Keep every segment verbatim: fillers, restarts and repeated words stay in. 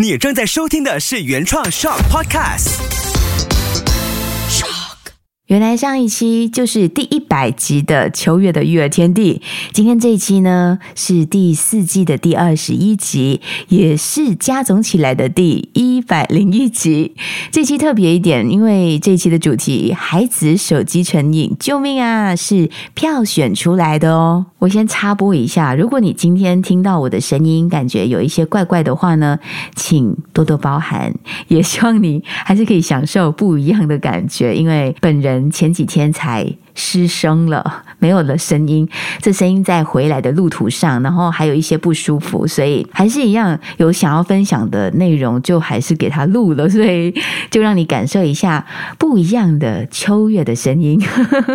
你正在收听的是原创 Shock Podcast。Shock， 原来上一期就是第一百集的秋月的育儿天地，今天这一期呢是第四季的第二十一集，也是加总起来的第一百零一集。这期特别一点，因为这一期的主题孩子手机成瘾，救命啊，是票选出来的哦。我先插播一下，如果你今天听到我的声音感觉有一些怪怪的话呢，请多多包涵，也希望你还是可以享受不一样的感觉，因为本人前几天才失声了，没有了声音，这声音在回来的路途上，然后还有一些不舒服，所以还是一样有想要分享的内容，就还是给他录了，所以就让你感受一下不一样的秋月的声音。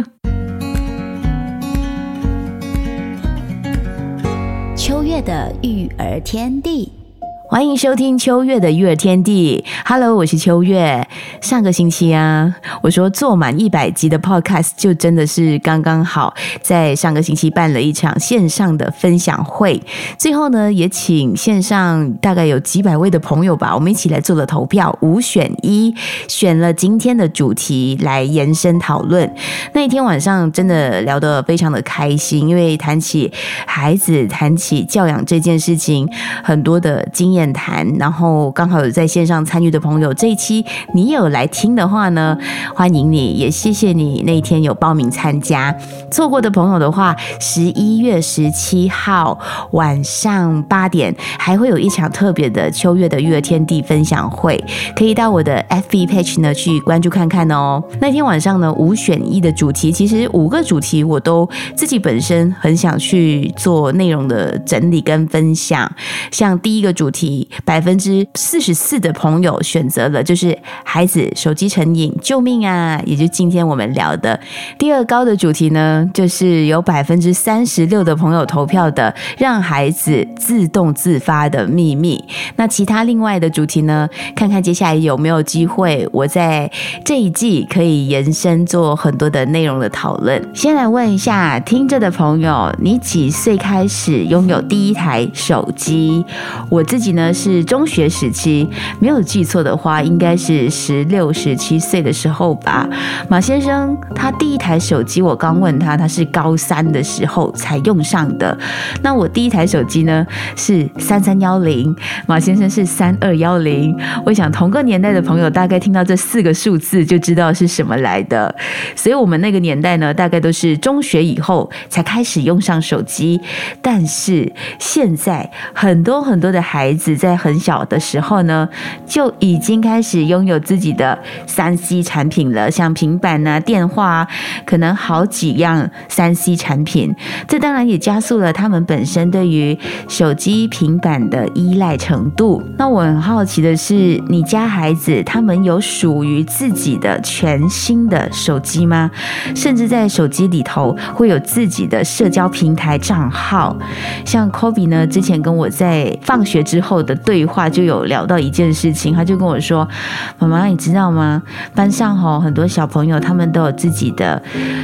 秋月的育儿天地， 欢迎收听秋月的育儿天地。 Hello， 我是秋月。上个星期啊，我说做满一百集的 podcast 就真的是刚刚好，在上个星期办了一场线上的分享会，最后呢也请线上大概有几百位的朋友吧，我们一起来做了投票，五选一，选了今天的主题来延伸讨论。那一天晚上真的聊得非常的开心，因为谈起孩子，谈起教养这件事情，很多的经验谈，然后刚好有在线上参与的朋友，这一期你有来听的话呢，欢迎你，也谢谢你那一天有报名参加。错过的朋友的话，十一月十七号晚上八点还会有一场特别的秋月的育儿天地分享会，可以到我的 F B page 呢去关注看看哦。那天晚上呢五选一的主题，其实五个主题我都自己本身很想去做内容的整理跟分享。像第一个主题，百分之四十四的朋友选择了就是孩子手机成瘾，救命啊，也就今天我们聊的。第二高的主题呢，就是有百分之三十六的朋友投票的让孩子自动自发的秘密。那其他另外的主题呢，看看接下来有没有机会我在这一季可以延伸做很多的内容的讨论。先来问一下听着的朋友，你几岁开始拥有第一台手机？我自己呢是中学时期，没有记错的话应该是十六、十七岁的时候吧。马先生他第一台手机，我刚问他，他是高三的时候才用上的。那我第一台手机呢是三三一零，马先生是三二一零。我想同个年代的朋友大概听到这四个数字就知道是什么来的。所以我们那个年代呢，大概都是中学以后才开始用上手机。但是现在很多很多的孩子在很小的时候呢，就已经开始拥有自己的 三 C 产品了，像平板啊、电话啊，可能好几样 三 C 产品。这当然也加速了他们本身对于手机、平板的依赖程度。那我很好奇的是，你家孩子他们有属于自己的全新的手机吗？甚至在手机里头会有自己的社交平台账号。像 Kobe 呢，之前跟我在放学之后的对话就有聊到一件事情，他就跟我说，妈妈你知道吗，班上吼很多小朋友他们都有自己的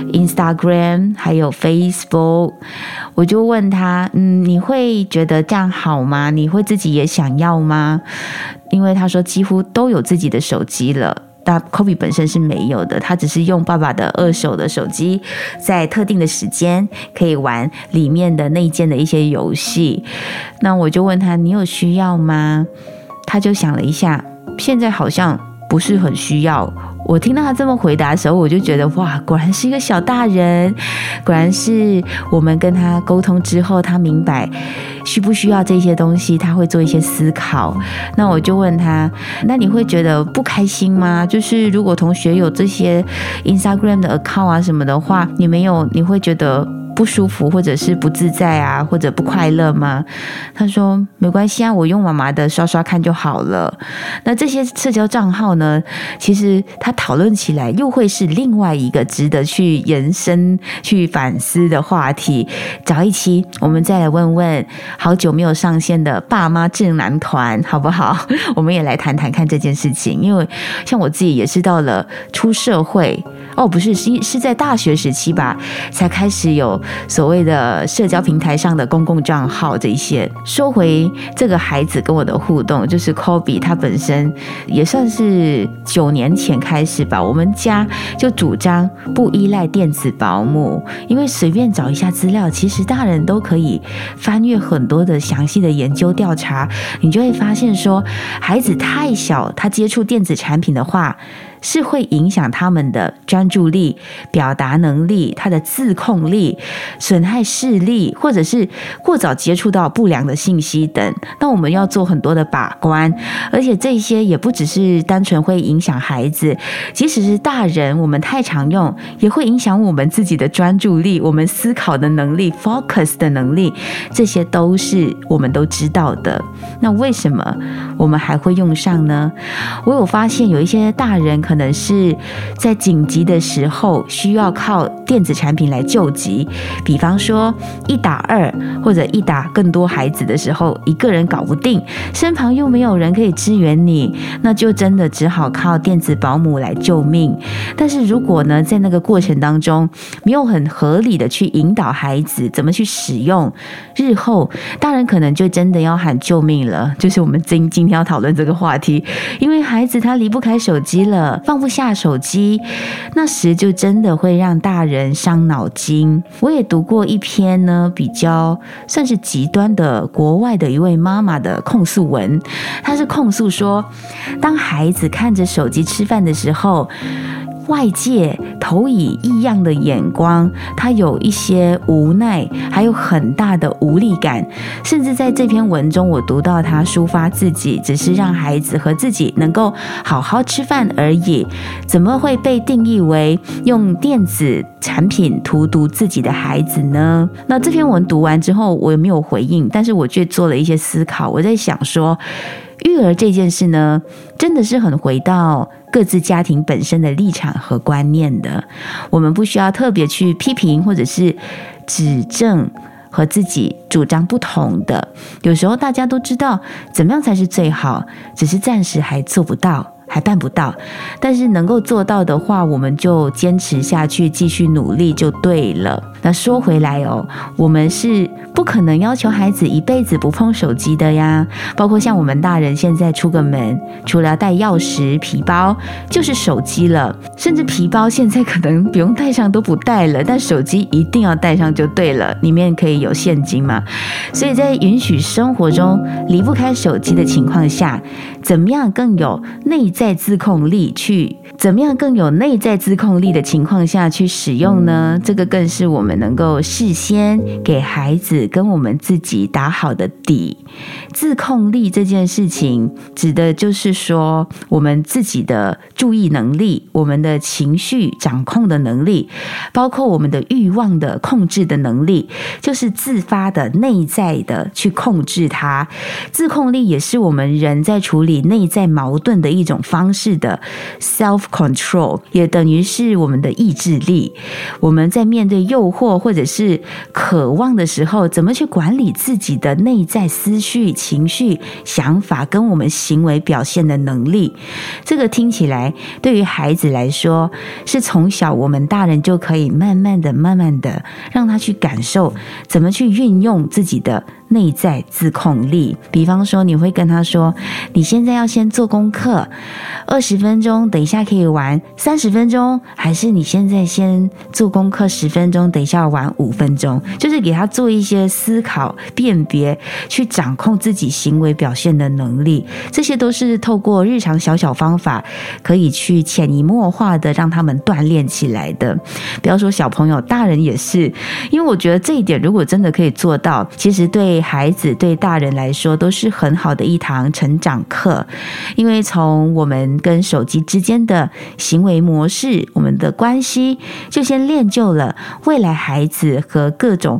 Instagram 还有 Facebook。 我就问他，嗯，你会觉得这样好吗？你会自己也想要吗？因为他说几乎都有自己的手机了，但 Kobe 本身是没有的，他只是用爸爸的二手的手机，在特定的时间可以玩里面的内建的一些游戏。那我就问他，你有需要吗？他就想了一下，现在好像不是很需要。我听到他这么回答的时候，我就觉得哇，果然是一个小大人，果然是我们跟他沟通之后，他明白需不需要这些东西，他会做一些思考。那我就问他，那你会觉得不开心吗？就是如果同学有这些 Instagram 的 account 啊什么的话，你没有，你会觉得不舒服或者是不自在啊，或者不快乐吗？他说没关系啊，我用妈妈的刷刷看就好了。那这些社交账号呢，其实他讨论起来又会是另外一个值得去延伸去反思的话题。找一期我们再来问问好久没有上线的爸妈智囊团好不好？我们也来谈谈看这件事情。因为像我自己也是到了出社会，哦不是，是是在大学时期吧，才开始有所谓的社交平台上的公共账号这一些。说回这个孩子跟我的互动，就是 Kobe 他本身也算是九年前开始吧，我们家就主张不依赖电子保姆，因为随便找一下资料，其实大人都可以翻阅很多的详细的研究调查，你就会发现说，孩子太小，他接触电子产品的话，是会影响他们的专注力、表达能力、他的自控力，损害视力，或者是过早接触到不良的信息等。那我们要做很多的把关，而且这些也不只是单纯会影响孩子，即使是大人，我们太常用，也会影响我们自己的专注力、我们思考的能力、focus 的能力，这些都是我们都知道的。那为什么我们还会用上呢？我有发现有一些大人可能是在紧急的时候需要靠电子产品来救急，比方说一打二或者一打更多孩子的时候，一个人搞不定，身旁又没有人可以支援你，那就真的只好靠电子保姆来救命。但是如果呢，在那个过程当中没有很合理的去引导孩子怎么去使用，日后大人可能就真的要喊救命了。就是我们今今天要讨论这个话题，因为孩子他离不开手机了，放不下手机，那时就真的会让大人伤脑筋。我也读过一篇呢，比较算是极端的国外的一位妈妈的控诉文，她是控诉说，当孩子看着手机吃饭的时候，外界投以异样的眼光，他有一些无奈，还有很大的无力感，甚至在这篇文中我读到他抒发自己只是让孩子和自己能够好好吃饭而已，怎么会被定义为用电子产品荼毒自己的孩子呢？那这篇文读完之后我也没有回应，但是我却做了一些思考。我在想说，育儿这件事呢，真的是很回到各自家庭本身的立场和观念的，我们不需要特别去批评或者是指正和自己主张不同的，有时候大家都知道怎么样才是最好，只是暂时还做不到，还办不到，但是能够做到的话，我们就坚持下去，继续努力就对了。那说回来哦，我们是不可能要求孩子一辈子不碰手机的呀，包括像我们大人现在出个门，除了带钥匙、皮包，就是手机了，甚至皮包现在可能不用带上都不带了，但手机一定要带上就对了，里面可以有现金嘛。所以在允许生活中离不开手机的情况下，怎么样更有内在自控力去怎么样更有内在自控力的情况下去使用呢？这个更是我们能够事先给孩子跟我们自己打好的底。自控力这件事情指的就是说，我们自己的注意能力，我们的情绪掌控的能力，包括我们的欲望的控制的能力，就是自发的内在的去控制它。自控力也是我们人在处理内在矛盾的一种方式的 self-control， 也等于是我们的意志力。我们在面对诱惑或者是渴望的时候，怎么去管理自己的内在思绪、情绪、想法跟我们行为表现的能力。这个听起来对于孩子来说，是从小我们大人就可以慢慢的、慢慢的让他去感受怎么去运用自己的内在自控力。比方说，你会跟他说，你现在要先做功课，二十分钟，等一下可以玩三十分钟，还是你现在先做功课十分钟，等一下玩五分钟，就是给他做一些思考、辨别，去掌控自己行为表现的能力。这些都是透过日常小小方法，可以去潜移默化的让他们锻炼起来的。不要说小朋友，大人也是，因为我觉得这一点如果真的可以做到，其实对孩子对大人来说都是很好的一堂成长课。因为从我们跟手机之间的行为模式，我们的关系就先练就了未来孩子和各种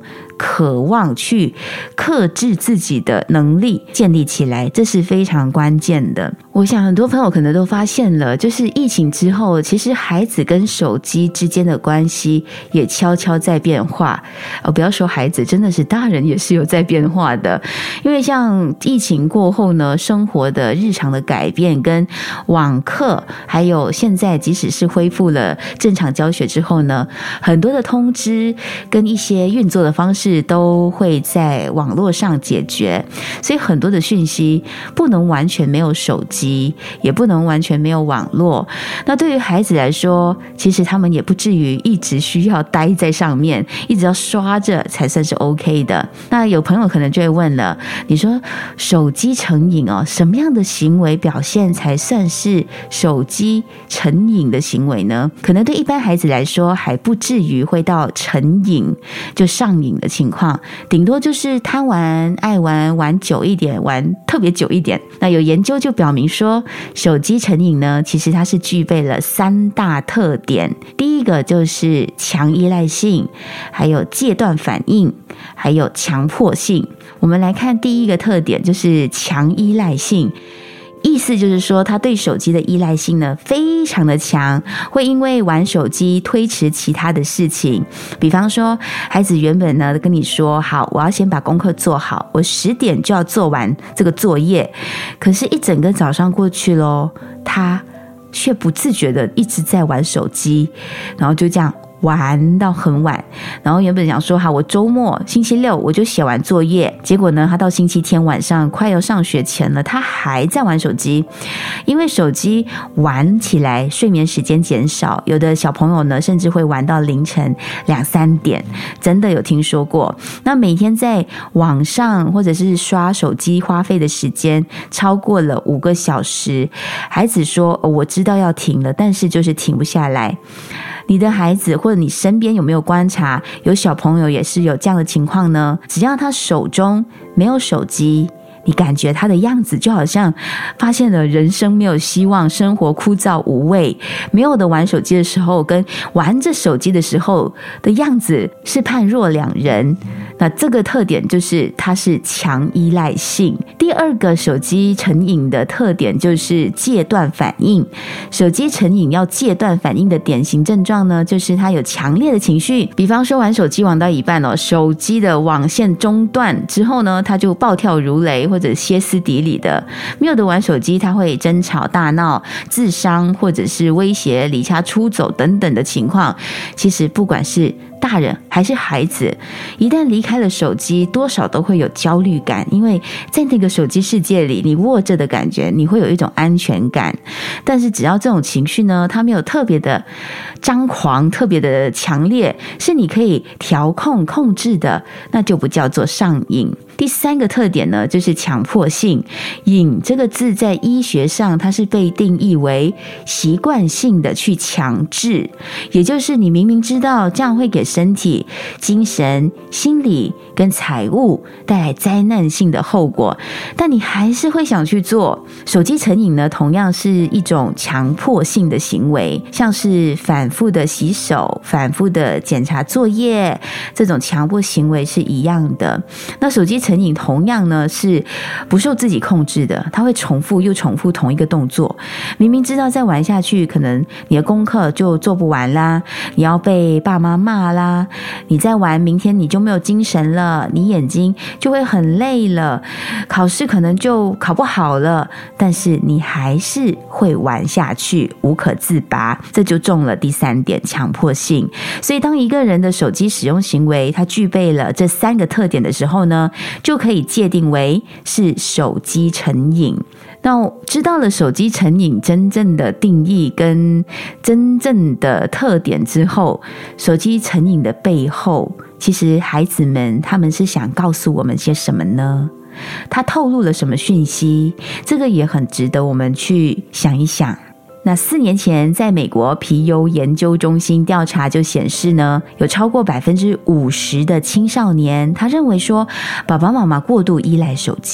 渴望去克制自己的能力建立起来，这是非常关键的。我想很多朋友可能都发现了，就是疫情之后，其实孩子跟手机之间的关系也悄悄在变化。哦，不要说孩子，真的是大人也是有在变化的。因为像疫情过后呢，生活的日常的改变跟网课，还有现在即使是恢复了正常教学之后呢，很多的通知跟一些运作的方式都会在网络上解决，所以很多的讯息不能完全没有手机，也不能完全没有网络。那对于孩子来说，其实他们也不至于一直需要待在上面，一直要刷着才算是 OK 的。那有朋友可能就会问了，你说手机成瘾哦，什么样的行为表现才算是手机成瘾的行为呢？可能对一般孩子来说还不至于会到成瘾就上瘾的情况，顶多就是贪玩爱玩玩久一点，玩特别久一点。那有研究就表明说，手机成瘾呢，其实它是具备了三大特点。第一个就是强依赖性，还有戒断反应，还有强迫性。我们来看第一个特点，就是强依赖性。意思就是说，他对手机的依赖性呢非常的强，会因为玩手机推迟其他的事情。比方说，孩子原本呢跟你说好，我要先把功课做好，我十点就要做完这个作业，可是一整个早上过去咯，他却不自觉的一直在玩手机，然后就这样玩到很晚。然后原本想说，好，我周末星期六我就写完作业，结果呢他到星期天晚上快要上学前了，他还在玩手机。因为手机玩起来睡眠时间减少，有的小朋友呢甚至会玩到凌晨两三点，真的有听说过。那每天在网上或者是刷手机花费的时间超过了五个小时，孩子说、哦、我知道要停了，但是就是停不下来。你的孩子或者你身边有没有观察，有小朋友也是有这样的情况呢？只要他手中没有手机，你感觉他的样子就好像发现了人生没有希望，生活枯燥无味。没有的玩手机的时候跟玩着手机的时候的样子是判若两人。那这个特点就是它是强依赖性。第二个手机成瘾的特点就是戒断反应。手机成瘾要戒断反应的典型症状呢，就是他有强烈的情绪，比方说玩手机玩到一半哦，手机的网线中断之后呢，他就暴跳如雷或者歇斯底里的。没有的玩手机，他会争吵大闹、自伤或者是威胁离家出走等等的情况。其实不管是大人还是孩子，一旦离开了手机，多少都会有焦虑感，因为在那个手机世界里，你握着的感觉，你会有一种安全感。但是只要这种情绪呢，它没有特别的张狂，特别的强烈，是你可以调控控制的，那就不叫做上瘾。第三个特点呢，就是强迫性。瘾这个字在医学上，它是被定义为习惯性的去强制，也就是你明明知道这样会给身体、精神、心理跟财务带来灾难性的后果，但你还是会想去做。手机成瘾呢，同样是一种强迫性的行为，像是反复的洗手、反复的检查作业，这种强迫行为是一样的。那手机成瘾同样呢是不受自己控制的，它会重复又重复同一个动作。明明知道再玩下去，可能你的功课就做不完啦，你要被爸妈骂啦，你再玩明天你就没有精神了，你眼睛就会很累了，考试可能就考不好了，但是你还是会玩下去，无可自拔。这就中了第三点，强迫性。所以当一个人的手机使用行为它具备了这三个特点的时候呢，就可以界定为是手机成瘾。那知道了手机成瘾真正的定义跟真正的特点之后，手机成瘾的背后，其实孩子们他们是想告诉我们些什么呢？他透露了什么讯息？这个也很值得我们去想一想。那四年前，在美国皮尤研究中心调查就显示呢，有超过百分之五十的青少年，他认为说爸爸妈妈过度依赖手机。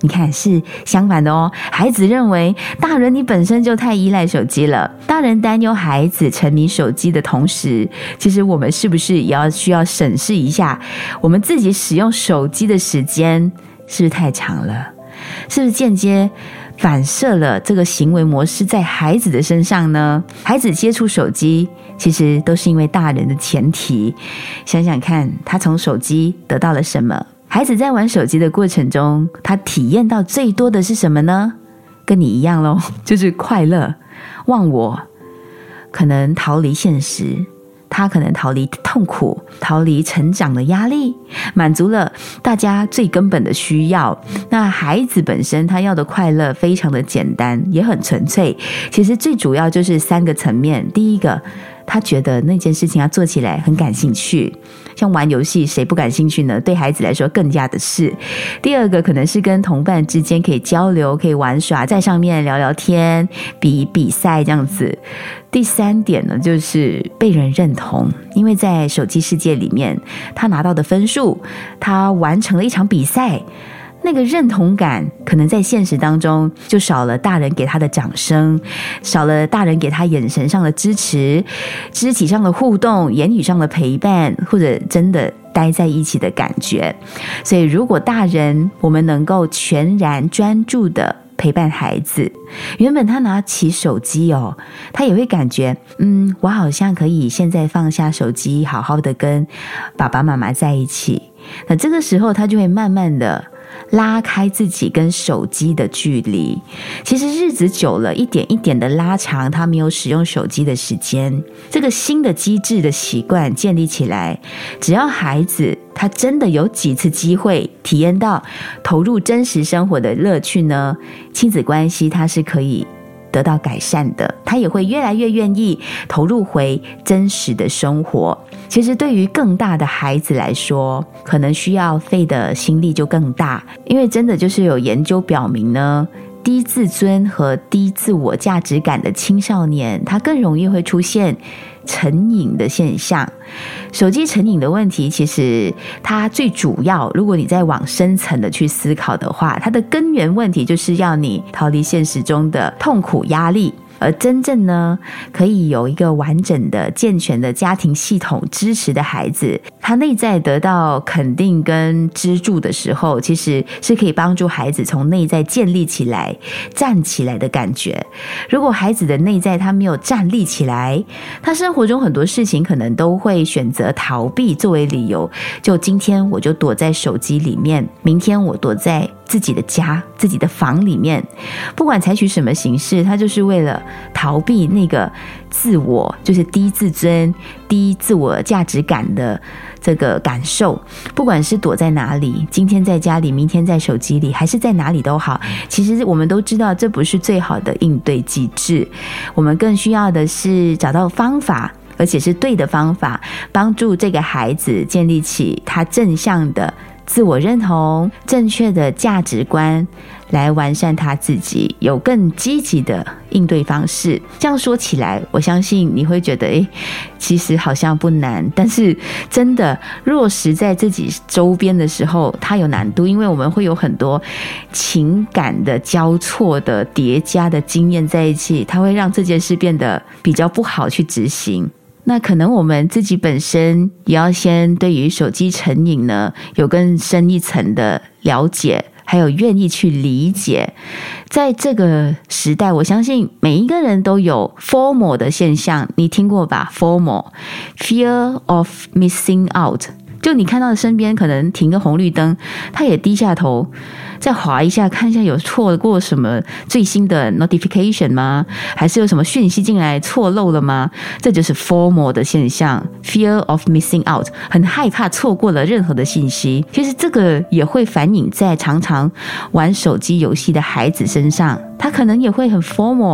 你看是相反的哦，孩子认为大人你本身就太依赖手机了。大人担忧孩子沉迷手机的同时，其实我们是不是也要需要审视一下，我们自己使用手机的时间是不是太长了？是不是间接反射了这个行为模式在孩子的身上呢？孩子接触手机其实都是因为大人的前提，想想看他从手机得到了什么。孩子在玩手机的过程中，他体验到最多的是什么呢？跟你一样咯，就是快乐、忘我，可能逃离现实，他可能逃离痛苦，逃离成长的压力，满足了大家最根本的需要。那孩子本身他要的快乐非常的简单，也很纯粹，其实最主要就是三个层面。第一个，他觉得那件事情要做起来很感兴趣，像玩游戏谁不感兴趣呢？对孩子来说更加的是。第二个可能是跟同伴之间可以交流，可以玩耍，在上面聊聊天，比比赛这样子。第三点呢，就是被人认同，因为在手机世界里面，他拿到的分数，他完成了一场比赛，那个认同感可能在现实当中就少了大人给他的掌声，少了大人给他眼神上的支持，肢体上的互动，言语上的陪伴，或者真的待在一起的感觉。所以如果大人我们能够全然专注的陪伴孩子，原本他拿起手机哦，他也会感觉嗯，我好像可以现在放下手机，好好的跟爸爸妈妈在一起。那这个时候他就会慢慢的拉开自己跟手机的距离。其实日子久了，一点一点的拉长他没有使用手机的时间，这个新的机制的习惯建立起来，只要孩子他真的有几次机会体验到投入真实生活的乐趣呢，亲子关系它是可以得到改善的，他也会越来越愿意投入回真实的生活。其实对于更大的孩子来说，可能需要费的心力就更大，因为真的就是有研究表明呢，低自尊和低自我价值感的青少年，他更容易会出现成瘾的现象。手机成瘾的问题，其实它最主要，如果你再往深层的去思考的话，它的根源问题就是要你逃离现实中的痛苦压力，而真正呢可以有一个完整的健全的家庭系统支持的孩子，他内在得到肯定跟支柱的时候，其实是可以帮助孩子从内在建立起来站起来的感觉。如果孩子的内在他没有站立起来，他生活中很多事情可能都会选择逃避作为理由，就今天我就躲在手机里面，明天我躲在自己的家自己的房里面，不管采取什么形式，他就是为了逃避那个自我，就是低自尊低自我价值感的这个感受。不管是躲在哪里，今天在家里，明天在手机里，还是在哪里都好，其实我们都知道这不是最好的应对机制。我们更需要的是找到方法，而且是对的方法，帮助这个孩子建立起他正向的自我认同，正确的价值观，来完善他自己，有更积极的应对方式。这样说起来，我相信你会觉得诶，其实好像不难，但是真的落实在自己周边的时候，它有难度，因为我们会有很多情感的交错的叠加的经验在一起，它会让这件事变得比较不好去执行。那可能我们自己本身也要先对于手机成瘾呢有更深一层的了解，还有愿意去理解。在这个时代，我相信每一个人都有 FOMO 的现象，你听过吧？ FOMO Fear of Missing Out， 就你看到的身边可能停个红绿灯，他也低下头再滑一下，看一下有错过什么最新的 notification 吗？还是有什么讯息进来错漏了吗？这就是 FOMO 的现象， Fear of Missing Out， 很害怕错过了任何的信息。其实这个也会反映在常常玩手机游戏的孩子身上，他可能也会很 FOMO，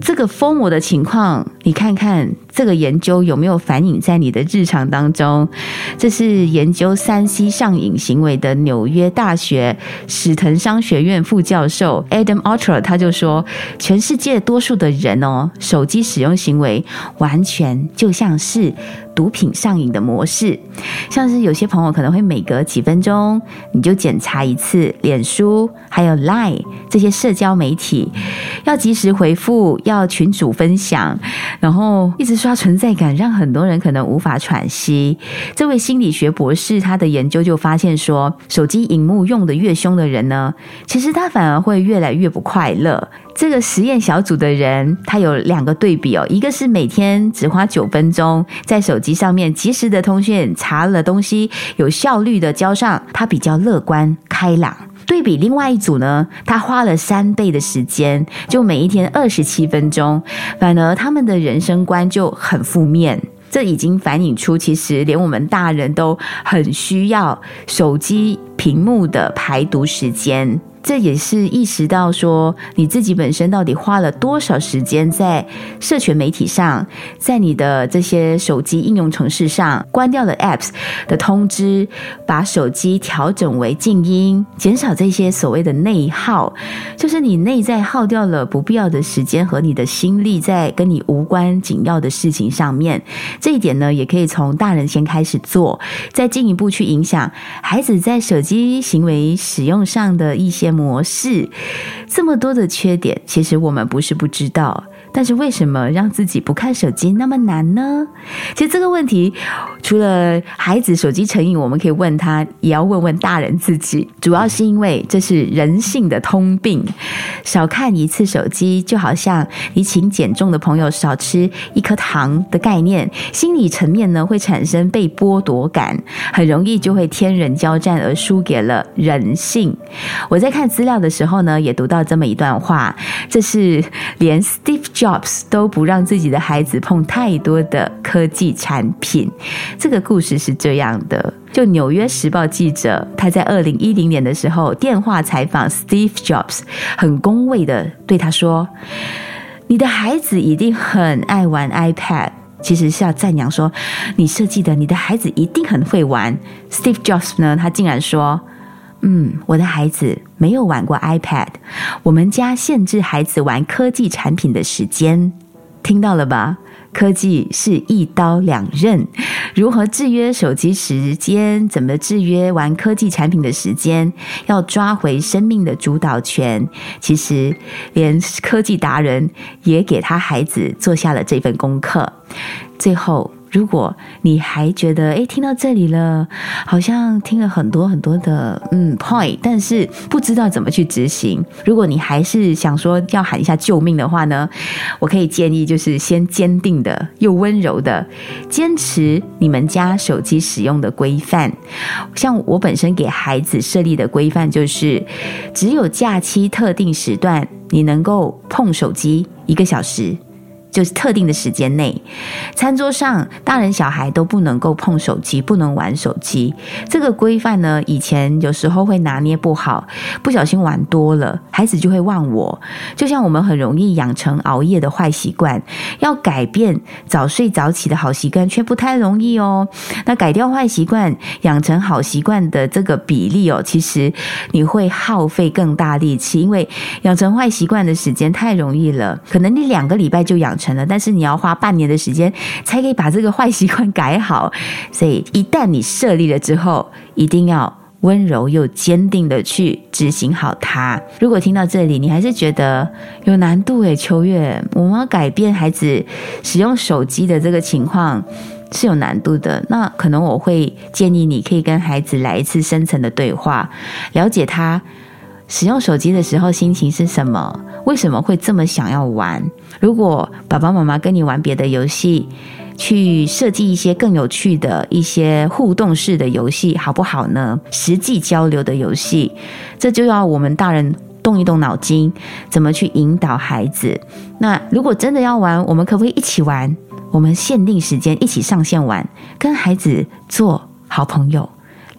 这个疯魔的情况，你看看这个研究有没有反映在你的日常当中。这是研究 三 C 上瘾行为的纽约大学史腾商学院副教授 Adam Altman 他就说，全世界多数的人哦，手机使用行为完全就像是毒品上瘾的模式。像是有些朋友可能会每隔几分钟你就检查一次脸书还有 Line 这些社交媒体，要及时回复，要群组分享，然后一直刷存在感，让很多人可能无法喘息。这位心理学博士他的研究就发现说，手机荧幕用得越凶的人呢，其实他反而会越来越不快乐。这个实验小组的人他有两个对比哦，一个是每天只花九分钟在手机上面及时的通讯，查了东西有效率的交上，他比较乐观开朗。对比另外一组呢，他花了三倍的时间，就每一天二十七分钟，反而他们的人生观就很负面。这已经反映出其实连我们大人都很需要手机屏幕的排毒时间。这也是意识到说你自己本身到底花了多少时间在社群媒体上，在你的这些手机应用程式上，关掉了 apps 的通知，把手机调整为静音，减少这些所谓的内耗，就是你内在耗掉了不必要的时间和你的心力在跟你无关紧要的事情上面。这一点呢，也可以从大人先开始做，再进一步去影响孩子在手机行为使用上的一些模式。这么多的缺点，其实我们不是不知道，但是为什么让自己不看手机那么难呢？其实这个问题除了孩子手机成瘾我们可以问他，也要问问大人自己。主要是因为这是人性的通病，少看一次手机就好像你请减重的朋友少吃一颗糖的概念，心理层面呢会产生被剥夺感，很容易就会天人交战而输给了人性。我在看资料的时候呢，也读到这么一段话，这是连 Steve Jobs 都不让自己的孩子碰太多的科技产品。这个故事是这样的，就纽约时报记者他在二零一零年的时候电话采访 Steve Jobs， 很恭维的对他说，你的孩子一定很爱玩 iPad， 其实是要赞扬说你设计的你的孩子一定很会玩。 Steve Jobs 呢，他竟然说，嗯，我的孩子没有玩过 iPad， 我们家限制孩子玩科技产品的时间。听到了吧？科技是一刀两刃，如何制约手机时间，怎么制约玩科技产品的时间，要抓回生命的主导权。其实连科技达人也给他孩子做下了这份功课。最后如果你还觉得诶听到这里了，好像听了很多很多的嗯 point， 但是不知道怎么去执行，如果你还是想说要喊一下救命的话呢，我可以建议就是先坚定的又温柔的坚持你们家手机使用的规范。像我本身给孩子设立的规范就是只有假期特定时段你能够碰手机一个小时，就是特定的时间内，餐桌上大人小孩都不能够碰手机，不能玩手机。这个规范呢，以前有时候会拿捏不好，不小心玩多了，孩子就会忘我。就像我们很容易养成熬夜的坏习惯，要改变早睡早起的好习惯却不太容易哦。那改掉坏习惯，养成好习惯的这个比例哦，其实你会耗费更大力气，因为养成坏习惯的时间太容易了，可能你两个礼拜就养成了，但是你要花半年的时间才可以把这个坏习惯改好。所以一旦你设立了之后，一定要温柔又坚定的去执行好它。如果听到这里你还是觉得有难度耶，秋月，我们要改变孩子使用手机的这个情况是有难度的，那可能我会建议你可以跟孩子来一次深层的对话，了解他使用手机的时候心情是什么，为什么会这么想要玩。如果爸爸妈妈跟你玩别的游戏，去设计一些更有趣的一些互动式的游戏好不好呢？实际交流的游戏，这就要我们大人动一动脑筋，怎么去引导孩子。那如果真的要玩，我们可不可以一起玩？我们限定时间一起上线玩，跟孩子做好朋友，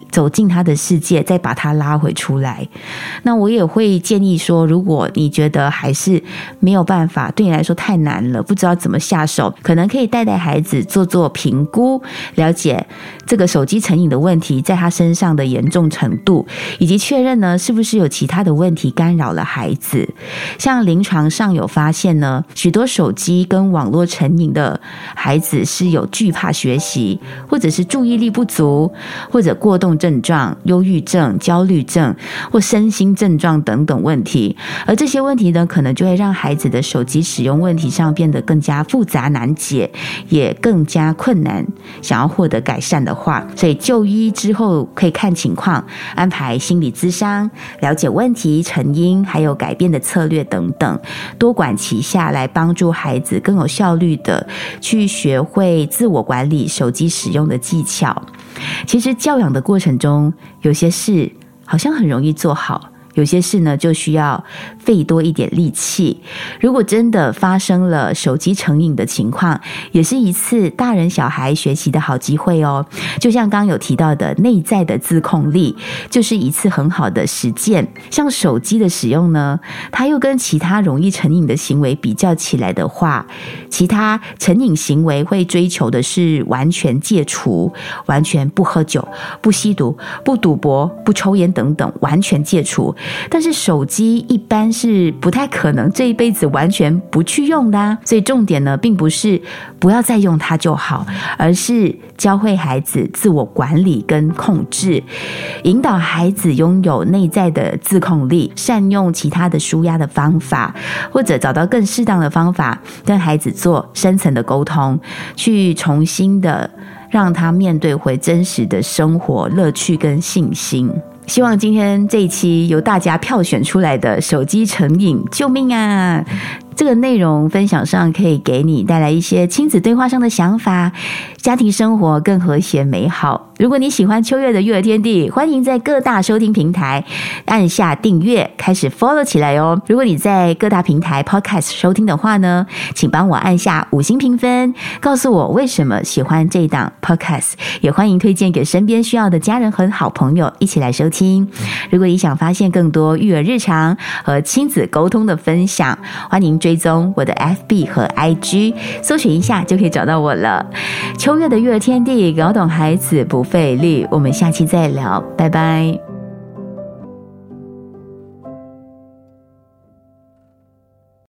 走进他的世界，再把他拉回出来。那我也会建议说，如果你觉得还是没有办法，对你来说太难了，不知道怎么下手，可能可以带带孩子做做评估，了解这个手机成瘾的问题在他身上的严重程度，以及确认呢是不是有其他的问题干扰了孩子。像临床上有发现呢，许多手机跟网络成瘾的孩子是有惧怕学习，或者是注意力不足，或者过动症状、忧郁症、焦虑症或身心症状等等问题。而这些问题呢，可能就会让孩子的手机使用问题上变得更加复杂难解，也更加困难想要获得改善的话，所以就医之后可以看情况安排心理咨商，了解问题成因还有改变的策略等等，多管齐下来帮助孩子更有效率的去学会自我管理手机使用的技巧。其实教养的过程中，有些事好像很容易做好，有些事呢就需要费多一点力气。如果真的发生了手机成瘾的情况，也是一次大人小孩学习的好机会哦。就像刚刚有提到的内在的自控力，就是一次很好的实践。像手机的使用呢，它又跟其他容易成瘾的行为比较起来的话，其他成瘾行为会追求的是完全戒除，完全不喝酒、不吸毒、不赌博、不抽烟等等，完全戒除。但是手机一般是不太可能这一辈子完全不去用的啊，所以重点呢，并不是不要再用它就好，而是教会孩子自我管理跟控制，引导孩子拥有内在的自控力，善用其他的抒压的方法，或者找到更适当的方法跟孩子做深层的沟通，去重新的让他面对回真实的生活乐趣跟信心。希望今天这一期由大家票选出来的手机成瘾，救命啊！这个内容分享上可以给你带来一些亲子对话上的想法，家庭生活更和谐美好。如果你喜欢秋月的育儿天地，欢迎在各大收听平台按下订阅，开始 follow 起来哦。如果你在各大平台 podcast 收听的话呢，请帮我按下五星评分，告诉我为什么喜欢这一档 podcast， 也欢迎推荐给身边需要的家人和好朋友一起来收听。如果你想发现更多育儿日常和亲子沟通的分享，欢迎追踪我的 F B 和 I G， 搜寻一下就可以找到我了。秋月的育儿天地，搞懂孩子不费力，我们下期再聊，拜拜。